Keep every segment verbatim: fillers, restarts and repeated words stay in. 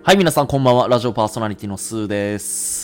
はい、皆さんこんばんは。ラジオパーソナリティのスーです。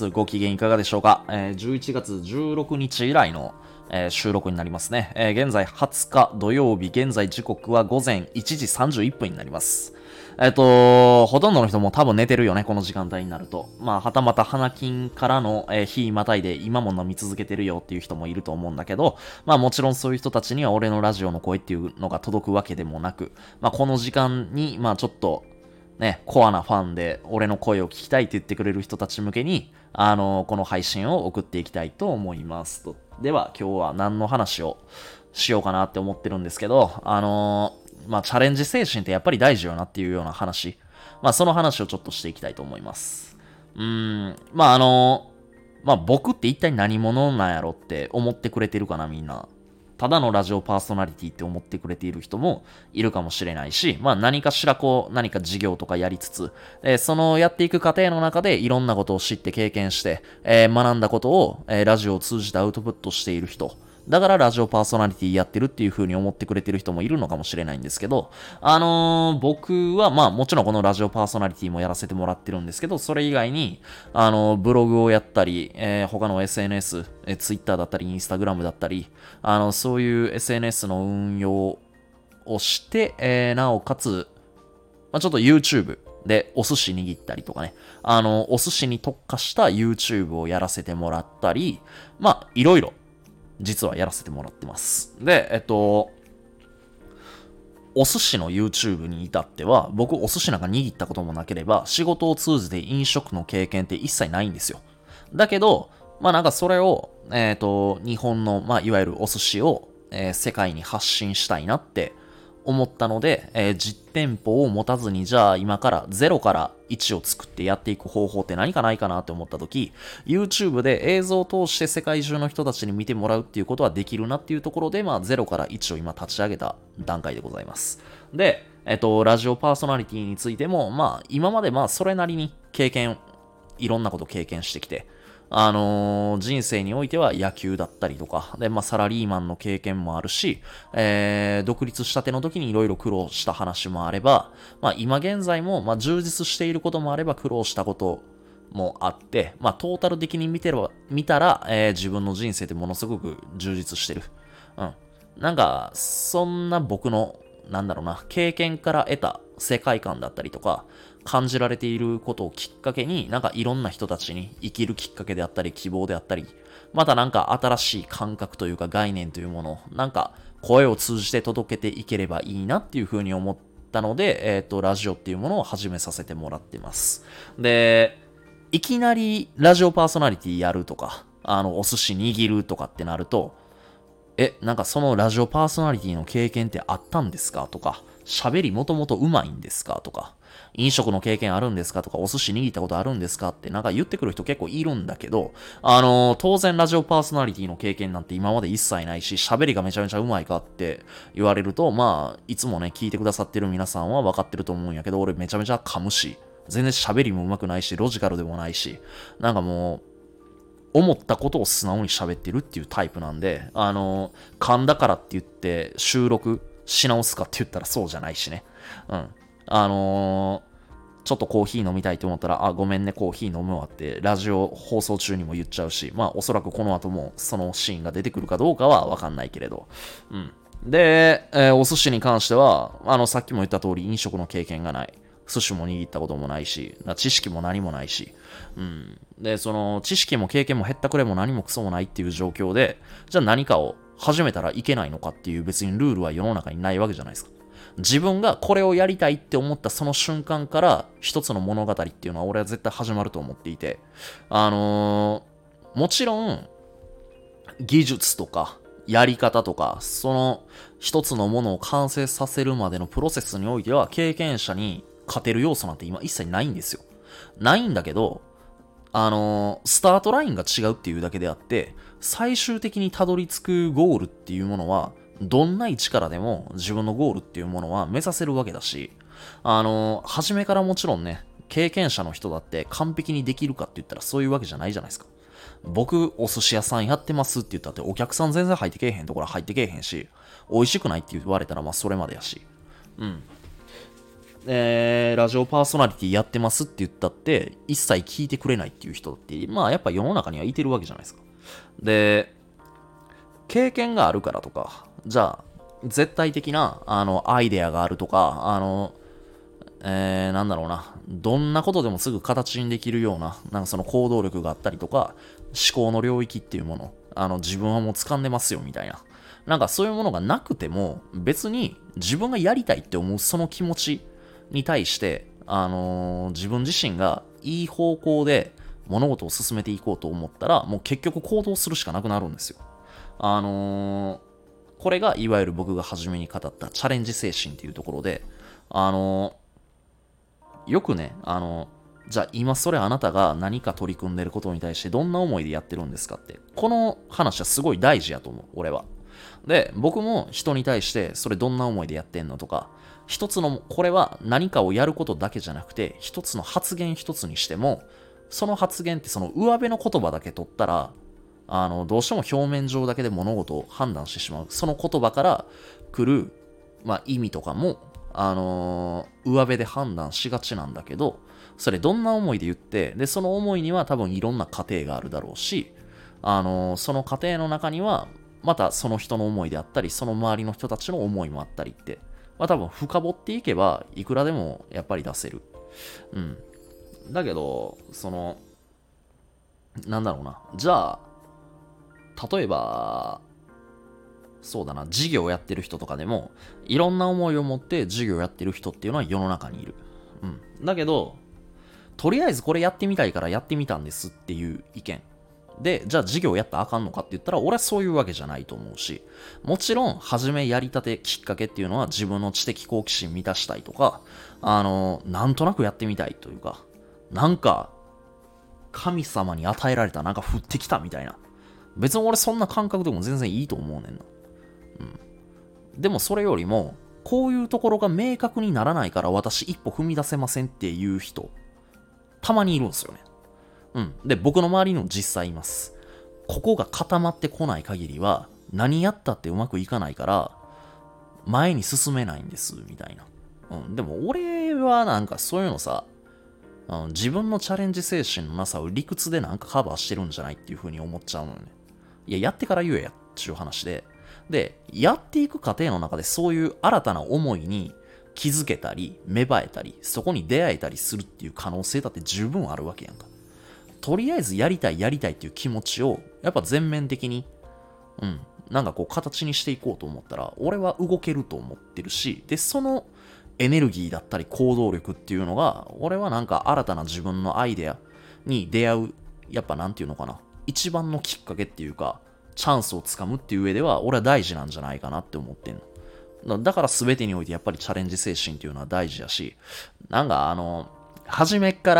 ご機嫌いかがでしょうか。えー、じゅういちがつじゅうろくにち以来の、えー収録になりますね。えー現在はつか土曜日、現在時刻はごぜんいちじさんじゅういっぷんになります。えっと、ほとんどの人も多分寝てるよね、この時間帯になると。まあ、はたまた花金からの、えー日またいで今も飲み続けてるよっていう人もいると思うんだけど、まあもちろんそういう人たちには俺のラジオの声っていうのが届くわけでもなく、まあこの時間に、まあちょっと、ね、コアなファンで俺の声を聞きたいって言ってくれる人たち向けに、あの、この配信を送っていきたいと思いますと。では、今日は何の話をしようかなって思ってるんですけど、あのまあ、チャレンジ精神ってやっぱり大事よなっていうような話。まあ、その話をちょっとしていきたいと思います。うーん、まあ、あのまあ、僕って一体何者なんやろって思ってくれてるかな、みんな。ただのラジオパーソナリティって思ってくれている人もいるかもしれないし、まあ何かしらこう、何か事業とかやりつつ、えーそのやっていく過程の中でいろんなことを知って経験して、えー学んだことを、えーラジオを通じてアウトプットしている人。だからラジオパーソナリティやってるっていう風に思ってくれてる人もいるのかもしれないんですけど、あのー僕はまあもちろんこのラジオパーソナリティもやらせてもらってるんですけど、それ以外に、あのーブログをやったり、えー他の エスエヌエス、えー、Twitter だったり、Instagram だったり、あの、そういう エスエヌエス の運用をして、えーなおかつ、まあ、ちょっと YouTube でお寿司握ったりとかね、あの、お寿司に特化した YouTube をやらせてもらったり、まあ、いろいろ、実はやらせてもらってます。で、えっと、お寿司の YouTube に至っては、僕お寿司なんか握ったこともなければ、仕事を通じて飲食の経験って一切ないんですよ。だけど、まあなんかそれを、えっと、日本の、まあいわゆるお寿司を、えー世界に発信したいなって思ったので、えー実店舗を持たずに、じゃあ今からゼロからいちを作ってやっていく方法って何かないかなって思った時、YouTube で映像を通して世界中の人たちに見てもらうっていうことはできるなっていうところで、まあゼロからいちを今立ち上げた段階でございます。で、えっと、ラジオパーソナリティについても、まあ今までまあそれなりに経験、いろんなことを経験してきて、あのー人生においては野球だったりとか、で、まあ、サラリーマンの経験もあるし、えー、独立したての時にいろいろ苦労した話もあれば、まあ、今現在も、まあ、充実していることもあれば苦労したこともあって、まあ、トータル的に見てれば、見たら、えー自分の人生ってものすごく充実してる。うん。なんか、そんな僕の、なんだろうな、経験から得た世界観だったりとか、感じられていることをきっかけに、なんかいろんな人たちに生きるきっかけであったり、希望であったり、またなんか新しい感覚というか概念というものを、なんか声を通じて届けていければいいなっていうふうに思ったので、えっと、ラジオっていうものを始めさせてもらってます。で、いきなりラジオパーソナリティやるとか、あの、お寿司握るとかってなると、え、なんかそのラジオパーソナリティの経験ってあったんですかとか、喋りもともと上手いんですかとか、飲食の経験あるんですかとか、お寿司握ったことあるんですかってなんか言ってくる人結構いるんだけど、あのー当然ラジオパーソナリティの経験なんて今まで一切ないし、喋りがめちゃめちゃ上手いかって言われると、まあ、いつもね、聞いてくださってる皆さんは分かってると思うんやけど、俺めちゃめちゃ噛むし、全然喋りも上手くないし、ロジカルでもないし、なんかもう、思ったことを素直に喋ってるっていうタイプなんで、あの、噛んだからって言って収録し直すかって言ったらそうじゃないしね。うん。あのーちょっとコーヒー飲みたいと思ったら、あ、ごめんね、コーヒー飲むわって、ラジオ放送中にも言っちゃうし、まあ、おそらくこの後もそのシーンが出てくるかどうかはわかんないけれど。うん。で、えーお寿司に関しては、あの、さっきも言った通り飲食の経験がない。寿司も握ったこともないし、知識も何もないし、うん。で、その、知識も経験も減ったくれも何もクソもないっていう状況で、じゃあ何かを始めたらいけないのかっていう別にルールは世の中にないわけじゃないですか。自分がこれをやりたいって思ったその瞬間から一つの物語っていうのは俺は絶対始まると思っていて、あのーもちろん技術とかやり方とか、その一つのものを完成させるまでのプロセスにおいては経験者に勝てる要素なんて今一切ないんですよ。ないんだけど、あのースタートラインが違うっていうだけであって、最終的にたどり着くゴールっていうものは、どんな位置からでも自分のゴールっていうものは目指せるわけだし、あのー初めからもちろんね、経験者の人だって完璧にできるかって言ったらそういうわけじゃないじゃないですか。僕、お寿司屋さんやってますって言ったって、お客さん全然入ってけえへんところ入ってけえへんし、美味しくないって言われたらまあそれまでやし。うん。 えー、ラジオパーソナリティやってますって言ったって、一切聞いてくれないっていう人って、まあやっぱ世の中にはいてるわけじゃないですか。で、経験があるからとか、じゃあ、絶対的な、あの、アイデアがあるとか、あの、えー、なんだろうな、どんなことでもすぐ形にできるような、なんかその行動力があったりとか、思考の領域っていうもの、あの、自分はもう掴んでますよみたいな。なんかそういうものがなくても、別に自分がやりたいって思うその気持ちに対して、あのー自分自身がいい方向で物事を進めていこうと思ったら、もう結局行動するしかなくなるんですよ。あのーこれがいわゆる僕が初めに語ったチャレンジ精神っていうところで、あのーよくね、あの、じゃあ今それあなたが何か取り組んでることに対してどんな思いでやってるんですかって。この話はすごい大事やと思う、俺は。で、僕も人に対してそれどんな思いでやってんのとか、一つの、これは何かをやることだけじゃなくて、一つの発言一つにしても、その発言ってその上辺の言葉だけ取ったら、あの、どうしても表面上だけで物事を判断してしまう。その言葉から来る、まあ意味とかも、あのー上辺で判断しがちなんだけど、それどんな思いで言って、で、その思いには多分いろんな過程があるだろうし、あのーその過程の中には、またその人の思いであったり、その周りの人たちの思いもあったりって、まあ多分深掘っていけば、いくらでもやっぱり出せる。うん。だけど、その、なんだろうな。じゃあ、例えば、そうだな、事業をやってる人とかでも、いろんな思いを持って事業をやってる人っていうのは世の中にいる。うん。だけど、とりあえずこれやってみたいからやってみたんですっていう意見。で、じゃあ事業やったらあかんのかって言ったら、俺はそういうわけじゃないと思うし、もちろん、初めやりたてきっかけっていうのは自分の知的好奇心満たしたいとか、あの、なんとなくやってみたいというか、なんか、神様に与えられたなんか降ってきたみたいな。別に俺そんな感覚でも全然いいと思うねんな。でもそれよりも、こういうところが明確にならないから私一歩踏み出せませんっていう人、たまにいるんですよね。うん。で、僕の周りにも実際います。ここが固まってこない限りは、何やったってうまくいかないから、前に進めないんです、みたいな。うん。でも俺はなんかそういうのさ、うん、自分のチャレンジ精神のなさを理屈でなんかカバーしてるんじゃないっていう風に思っちゃうのよね。いや、やってから言えや、っていう話で。で、やっていく過程の中でそういう新たな思いに気づけたり、芽生えたり、そこに出会えたりするっていう可能性だって十分あるわけやんか。とりあえずやりたいやりたいっていう気持ちを、やっぱ全面的に、うん、なんかこう形にしていこうと思ったら、俺は動けると思ってるし、で、そのエネルギーだったり行動力っていうのが、俺はなんか新たな自分のアイデアに出会う、やっぱなんていうのかな、一番のきっかけっていうか、チャンスをつかむっていう上では、俺は大事なんじゃないかなって思ってんの。だから全てにおいてやっぱりチャレンジ精神っていうのは大事やし、なんかあの、初めっから、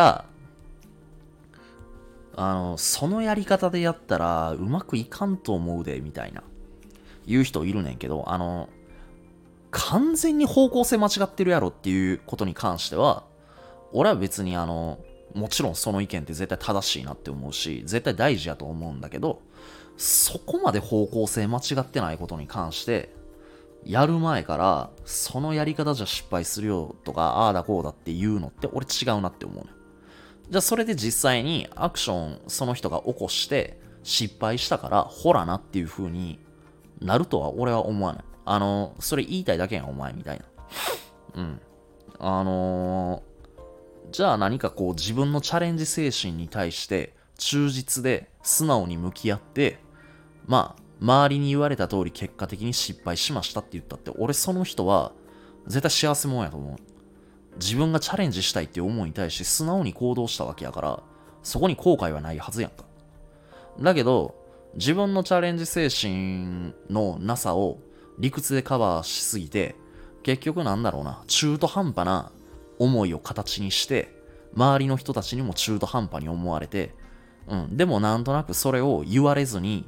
あの、そのやり方でやったらうまくいかんと思うで、みたいな、言う人いるねんけど、あの、完全に方向性間違ってるやろっていうことに関しては、俺は別にあの、もちろんその意見って絶対正しいなって思うし、絶対大事やと思うんだけど、そこまで方向性間違ってないことに関して、やる前から、そのやり方じゃ失敗するよとか、ああだこうだって言うのって俺違うなって思うね。じゃあそれで実際にアクションその人が起こして失敗したから、ほらなっていう風になるとは俺は思わない。あの、それ言いたいだけやん、お前みたいな。うん。あのーじゃあ何かこう自分のチャレンジ精神に対して忠実で素直に向き合って、まあ、周りに言われた通り結果的に失敗しましたって言ったって、俺その人は絶対幸せ者やと思う。自分がチャレンジしたいっていう思いに対して素直に行動したわけやから、そこに後悔はないはずやんか。だけど、自分のチャレンジ精神のなさを理屈でカバーしすぎて、結局なんだろうな、中途半端な思いを形にして、周りの人たちにも中途半端に思われて、うん、でもなんとなくそれを言われずに、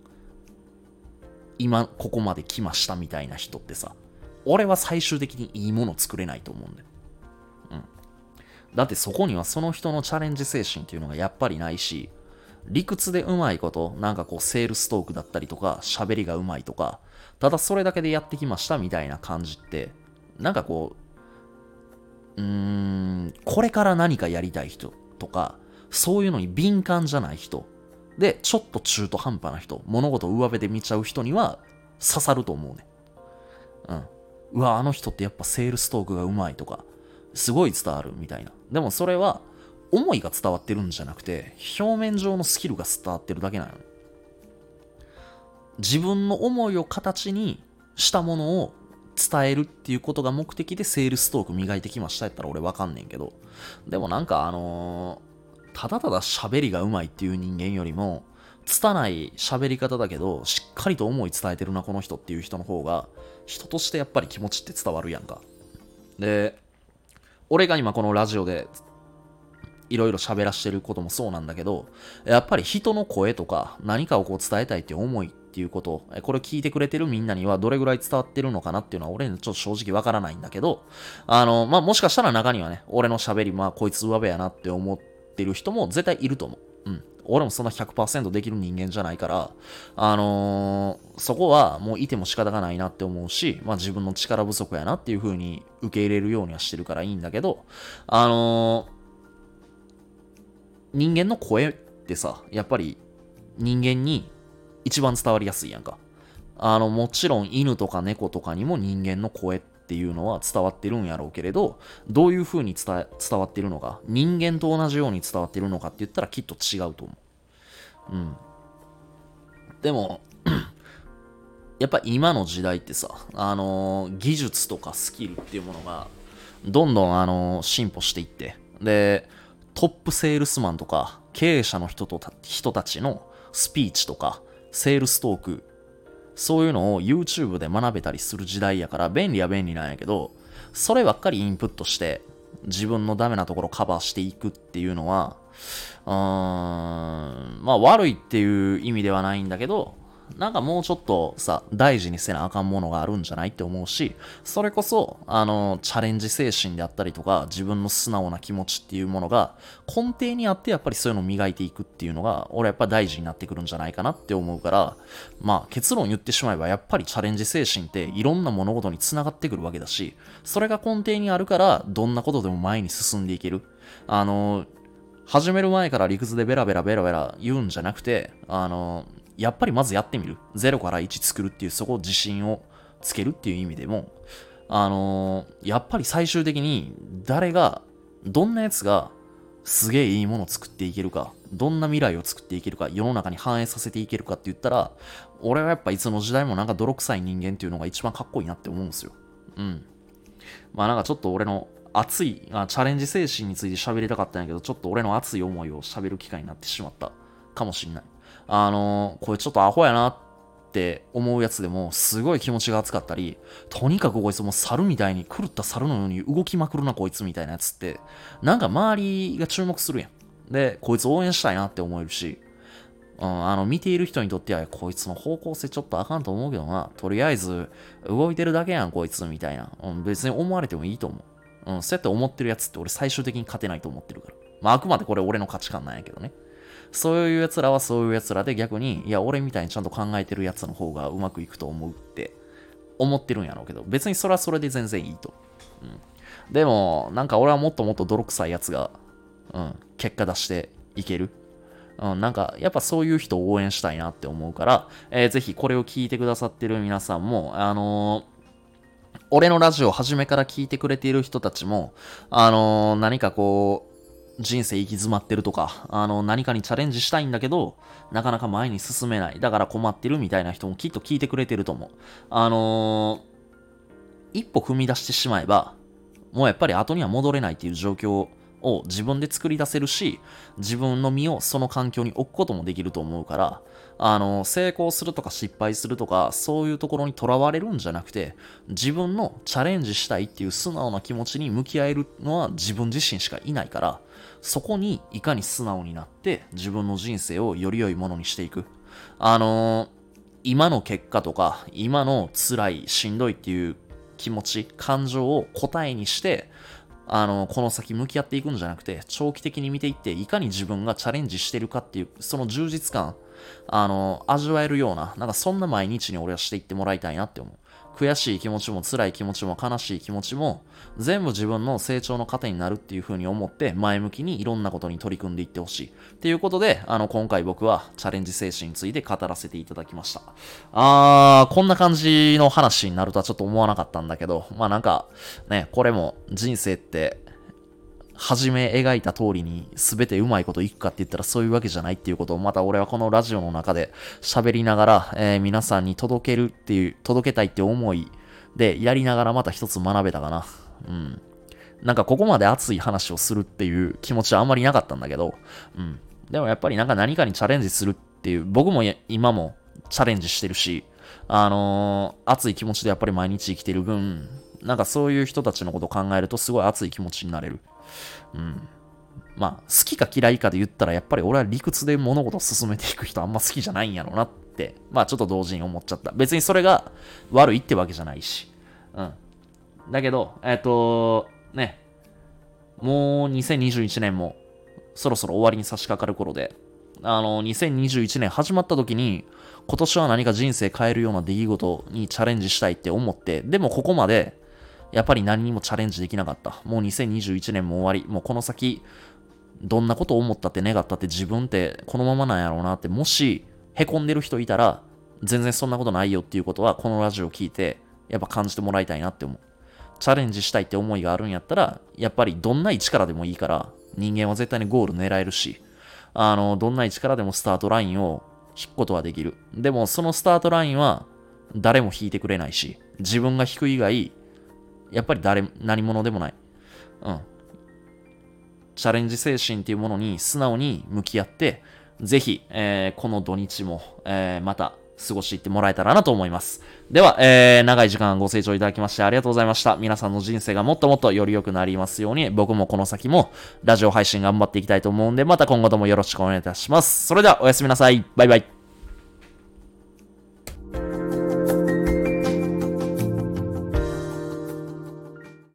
今ここまで来ましたみたいな人ってさ、俺は最終的にいいもの作れないと思うんだよ。うん。だってそこにはその人のチャレンジ精神っていうのがやっぱりないし、理屈でうまいこと、なんかこうセールストークだったりとか、喋りがうまいとか、ただそれだけでやってきましたみたいな感じって、なんかこう、 うーん、これから何かやりたい人とか、そういうのに敏感じゃない人、で、ちょっと中途半端な人、物事を上辺で見ちゃう人には刺さると思うね。うん。うわ、あの人ってやっぱセールストークがうまいとか、すごい伝わるみたいな。でもそれは、思いが伝わってるんじゃなくて、表面上のスキルが伝わってるだけなの。自分の思いを形にしたものを伝えるっていうことが目的でセールストーク磨いてきましたやったら俺わかんねんけど、でもなんかあのー、ただただ喋りがうまいっていう人間よりも、拙い喋り方だけど、しっかりと思い伝えてるな、この人っていう人の方が、人としてやっぱり気持ちって伝わるやんか。で、俺が今このラジオでいろいろ喋らしてることもそうなんだけど、やっぱり人の声とか何かをこう伝えたいっていう思いっていうこと、これ聞いてくれてるみんなにはどれぐらい伝わってるのかなっていうのは俺にちょっと正直わからないんだけど、あの、まあ、もしかしたら中にはね、俺の喋り、まあ、こいつ上辺やなって思ってる人も絶対いると思う。うん。俺もそんなひゃくパーセントできる人間じゃないから、あのー、そこはもういても仕方がないなって思うし、まあ自分の力不足やなっていう風に受け入れるようにはしてるからいいんだけど、あのー、人間の声ってさ、やっぱり人間に一番伝わりやすいやんか。あの、もちろん犬とか猫とかにも人間の声っていうのは伝わってるんやろうけれど、どういう風に伝え伝わってるのか、人間と同じように伝わってるのかって言ったらきっと違うと思う。うん。でも、やっぱ今の時代ってさ、あのー技術とかスキルっていうものが、どんどん、あのー進歩していって、で、トップセールスマンとか、経営者の人とた人たちのスピーチとか、セールストーク、そういうのを YouTube で学べたりする時代やから便利は便利なんやけど、そればっかりインプットして自分のダメなところをカバーしていくっていうのは、うーん、まあ悪いっていう意味ではないんだけど、なんかもうちょっとさ、大事にせなあかんものがあるんじゃないって思うし、それこそ、あの、チャレンジ精神であったりとか、自分の素直な気持ちっていうものが根底にあって、やっぱりそういうのを磨いていくっていうのが、俺やっぱ大事になってくるんじゃないかなって思うから、まあ結論言ってしまえば、やっぱりチャレンジ精神っていろんな物事に繋がってくるわけだし、それが根底にあるから、どんなことでも前に進んでいける。あの、始める前から理屈でベラベラベラベラ言うんじゃなくて、あの、やっぱりまずやってみる。ゼロからいち作るっていう、そこを自信をつけるっていう意味でも、あのやっぱり最終的に誰が、どんなやつがすげえいいものを作っていけるか、どんな未来を作っていけるか、世の中に反映させていけるかって言ったら、俺はやっぱいつの時代もなんか泥臭い人間っていうのが一番かっこいいなって思うんですよ。うん。まあなんかちょっと俺の熱い、あチャレンジ精神について喋りたかったんやけど、ちょっと俺の熱い思いを喋る機会になってしまったかもしんない。あのー、これちょっとアホやなって思うやつでも、すごい気持ちが熱かったり、とにかくこいつもう猿みたいに、狂った猿のように動きまくるなこいつみたいなやつって、なんか周りが注目するやん。で、こいつ応援したいなって思えるし、うん、あの、見ている人にとっては、こいつの方向性ちょっとあかんと思うけどな。とりあえず、動いてるだけやん、こいつ、みたいな。うん、別に思われてもいいと思う。うん、そうやって思ってるやつって俺最終的に勝てないと思ってるから。まあ、あくまでこれ俺の価値観なんやけどね。そういう奴らはそういう奴らで逆に、いや、俺みたいにちゃんと考えてる奴の方がうまくいくと思うって思ってるんやろうけど、別にそれはそれで全然いいと。うん。でも、なんか俺はもっともっと泥臭い奴が、うん、結果出していける。うん、なんか、やっぱそういう人を応援したいなって思うから、えー、ぜひこれを聞いてくださってる皆さんも、あのー、俺のラジオを初めから聞いてくれている人たちも、あのー、何かこう、人生行き詰まってるとか、あの、何かにチャレンジしたいんだけど、なかなか前に進めない。だから困ってるみたいな人もきっと聞いてくれてると思う。あのー、一歩踏み出してしまえば、もうやっぱり後には戻れないっていう状況を自分で作り出せるし、自分の身をその環境に置くこともできると思うから、あの、成功するとか失敗するとか、そういうところにとらわれるんじゃなくて、自分のチャレンジしたいっていう素直な気持ちに向き合えるのは自分自身しかいないから、そこにいかに素直になって自分の人生をより良いものにしていく。あのー、今の結果とか、今の辛い、しんどいっていう気持ち、感情を答えにして、あの、この先向き合っていくんじゃなくて、長期的に見ていって、いかに自分がチャレンジしてるかっていう、その充実感、あの、味わえるような、なんかそんな毎日に俺はしていってもらいたいなって思う。 悔しい気持ちも辛い気持ちも悲しい気持ちも全部自分の成長の糧になるっていう風に思って前向きにいろんなことに取り組んでいってほしいっていうことで、あの今回僕はチャレンジ精神について語らせていただきました。あーこんな感じの話になるとはちょっと思わなかったんだけど、まあなんかね、これも人生って初め描いた通りに全てうまいこといくかって言ったらそういうわけじゃないっていうことをまた俺はこのラジオの中で喋りながら、えー、皆さんに届けるっていう、届けたいって思いでやりながらまた一つ学べたかな。うん。なんかここまで熱い話をするっていう気持ちはあんまりなかったんだけど、うん。でもやっぱりなんか何かにチャレンジするっていう、僕も今もチャレンジしてるし、あのー、熱い気持ちでやっぱり毎日生きてる分、なんかそういう人たちのことを考えるとすごい熱い気持ちになれる。うん。まあ、好きか嫌いかで言ったら、やっぱり俺は理屈で物事を進めていく人あんま好きじゃないんやろうなって、まあちょっと同時に思っちゃった。別にそれが悪いってわけじゃないし。うん。だけど、えっと、ね、もうにせんにじゅういちねんもそろそろ終わりに差し掛かる頃で、あの、にせんにじゅういちねん始まった時に、今年は何か人生変えるような出来事にチャレンジしたいって思って、でもここまで、やっぱり何にもチャレンジできなかった。もうにせんにじゅういちねんも終わり。もうこの先、どんなことを思ったって願ったって自分ってこのままなんやろうなって、もし凹んでる人いたら、全然そんなことないよっていうことは、このラジオを聞いて、やっぱ感じてもらいたいなって思う。チャレンジしたいって思いがあるんやったら、やっぱりどんな位置からでもいいから、人間は絶対にゴール狙えるし、あの、どんな位置からでもスタートラインを引くことはできる。でも、そのスタートラインは、誰も引いてくれないし、自分が引く以外、やっぱり誰、何者でもない。うん。チャレンジ精神っていうものに素直に向き合って、ぜひ、えー、この土日も、えー、また過ごしていってもらえたらなと思います。では、えー、長い時間ご清聴いただきましてありがとうございました。皆さんの人生がもっともっとより良くなりますように、僕もこの先もラジオ配信頑張っていきたいと思うんで、また今後ともよろしくお願いいたします。それではおやすみなさい。バイバイ。